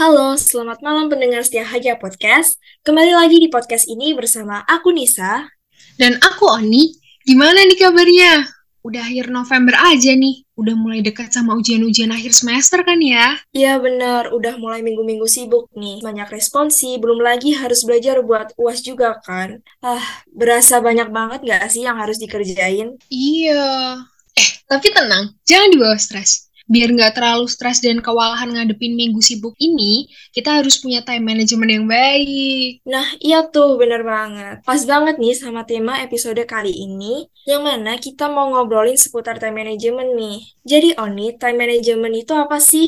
Halo, selamat malam pendengar setia Haja Podcast. Kembali lagi di podcast ini bersama aku Nisa. Dan aku Oni, gimana nih kabarnya? Udah akhir November aja nih, udah mulai dekat sama ujian-ujian akhir semester kan ya? Iya benar, udah mulai minggu-minggu sibuk nih. Banyak responsi, belum lagi harus belajar buat UAS juga kan. Ah, berasa banyak banget gak sih yang harus dikerjain? Iya. Tapi tenang, jangan dibawa stres. Biar nggak terlalu stres dan kewalahan ngadepin minggu sibuk ini, kita harus punya time management yang baik. Nah, iya tuh, bener banget. Pas banget nih sama tema episode kali ini, yang mana kita mau ngobrolin seputar time management nih. Jadi, Oni, time management itu apa sih?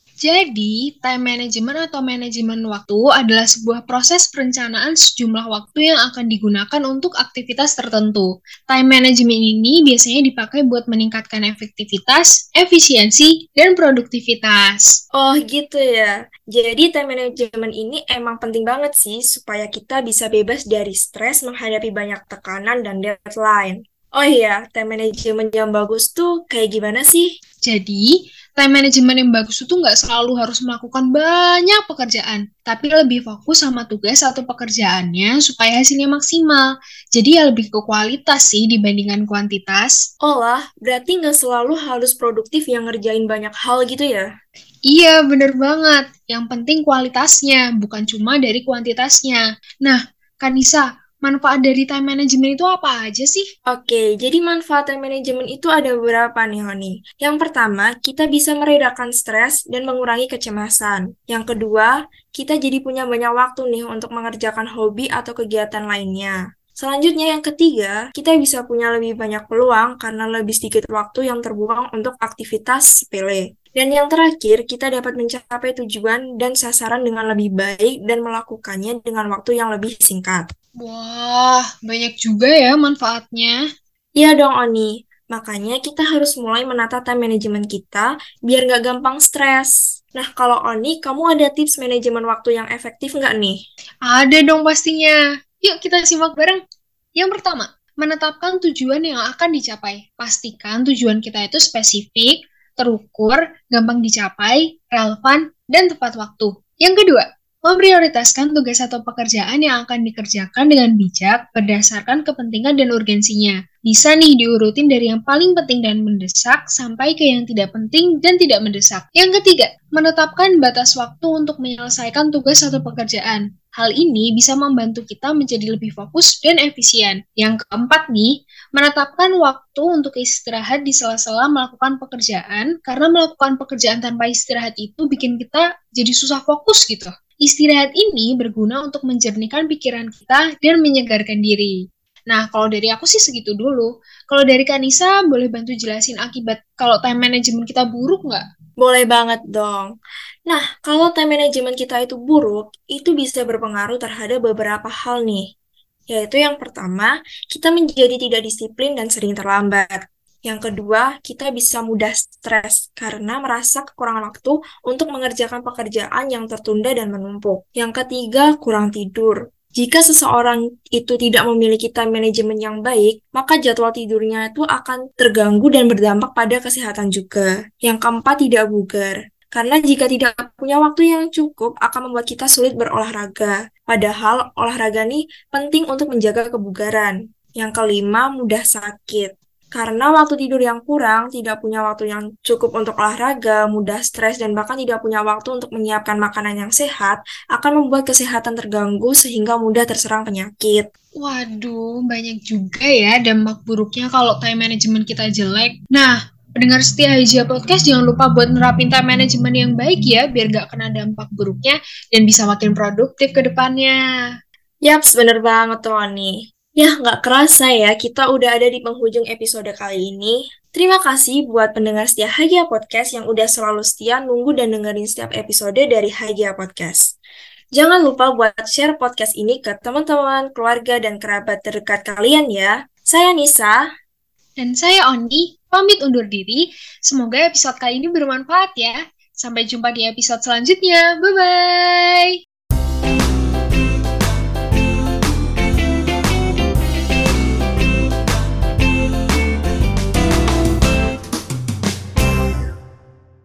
Jadi, time management atau manajemen waktu adalah sebuah proses perencanaan sejumlah waktu yang akan digunakan untuk aktivitas tertentu. Time management ini biasanya dipakai buat meningkatkan efektivitas, efisiensi, dan produktivitas. Oh gitu ya. Jadi time management ini emang penting banget sih supaya kita bisa bebas dari stres menghadapi banyak tekanan dan deadline. Oh iya, time management yang bagus tuh kayak gimana sih? Jadi, time management yang bagus itu nggak selalu harus melakukan banyak pekerjaan, tapi lebih fokus sama tugas atau pekerjaannya supaya hasilnya maksimal. Jadi ya lebih ke kualitas sih dibandingkan kuantitas. Olah, berarti nggak selalu harus produktif yang ngerjain banyak hal gitu ya? Iya, bener banget. Yang penting kualitasnya, bukan cuma dari kuantitasnya. Nah, Kanisa, manfaat dari time management itu apa aja sih? Oke, jadi manfaat time management itu ada beberapa nih, Honi. Yang pertama, kita bisa meredakan stres dan mengurangi kecemasan. Yang kedua, kita jadi punya banyak waktu nih untuk mengerjakan hobi atau kegiatan lainnya. Selanjutnya, yang ketiga, kita bisa punya lebih banyak peluang karena lebih sedikit waktu yang terbuang untuk aktivitas sepele. Dan yang terakhir, kita dapat mencapai tujuan dan sasaran dengan lebih baik dan melakukannya dengan waktu yang lebih singkat. Wah, banyak juga ya manfaatnya. Iya dong, Oni. Makanya kita harus mulai menata time management kita biar nggak gampang stres. Nah, kalau Oni, kamu ada tips manajemen waktu yang efektif nggak nih? Ada dong pastinya. Yuk kita simak bareng. Yang pertama, menetapkan tujuan yang akan dicapai. Pastikan tujuan kita itu spesifik, terukur, gampang dicapai, relevan, dan tepat waktu. Yang kedua, memprioritaskan tugas atau pekerjaan yang akan dikerjakan dengan bijak berdasarkan kepentingan dan urgensinya. Bisa nih diurutin dari yang paling penting dan mendesak sampai ke yang tidak penting dan tidak mendesak. Yang ketiga, menetapkan batas waktu untuk menyelesaikan tugas atau pekerjaan. Hal ini bisa membantu kita menjadi lebih fokus dan efisien. Yang keempat nih, menetapkan waktu untuk istirahat di sela-sela melakukan pekerjaan, karena melakukan pekerjaan tanpa istirahat itu bikin kita jadi susah fokus gitu. Istirahat ini berguna untuk menjernihkan pikiran kita dan menyegarkan diri. Nah, kalau dari aku sih segitu dulu. Kalau dari Kanisa, boleh bantu jelasin akibat kalau time management kita buruk nggak? Boleh banget dong. Nah, kalau time management kita itu buruk, itu bisa berpengaruh terhadap beberapa hal nih. Yaitu yang pertama, kita menjadi tidak disiplin dan sering terlambat. Yang kedua, kita bisa mudah stres karena merasa kekurangan waktu untuk mengerjakan pekerjaan yang tertunda dan menumpuk. Yang ketiga, kurang tidur. Jika seseorang itu tidak memiliki time management yang baik, maka jadwal tidurnya itu akan terganggu dan berdampak pada kesehatan juga. Yang keempat, tidak bugar. Karena jika tidak punya waktu yang cukup, akan membuat kita sulit berolahraga. Padahal olahraga nih penting untuk menjaga kebugaran. Yang kelima, mudah sakit. Karena waktu tidur yang kurang, tidak punya waktu yang cukup untuk olahraga, mudah stres, dan bahkan tidak punya waktu untuk menyiapkan makanan yang sehat, akan membuat kesehatan terganggu sehingga mudah terserang penyakit. Waduh, banyak juga ya dampak buruknya kalau time management kita jelek. Nah, pendengar setia Hijau Podcast jangan lupa buat nerapin time management yang baik ya, biar gak kena dampak buruknya dan bisa makin produktif ke depannya. Yaps, bener banget tuh, Ani. Ya, nggak kerasa ya, kita udah ada di penghujung episode kali ini. Terima kasih buat pendengar setia Hagia Podcast yang udah selalu setia nunggu dan dengerin setiap episode dari Hagia Podcast. Jangan lupa buat share podcast ini ke teman-teman, keluarga, dan kerabat terdekat kalian ya. Saya Nisa. Dan saya Oni, pamit undur diri. Semoga episode kali ini bermanfaat ya. Sampai jumpa di episode selanjutnya. Bye-bye!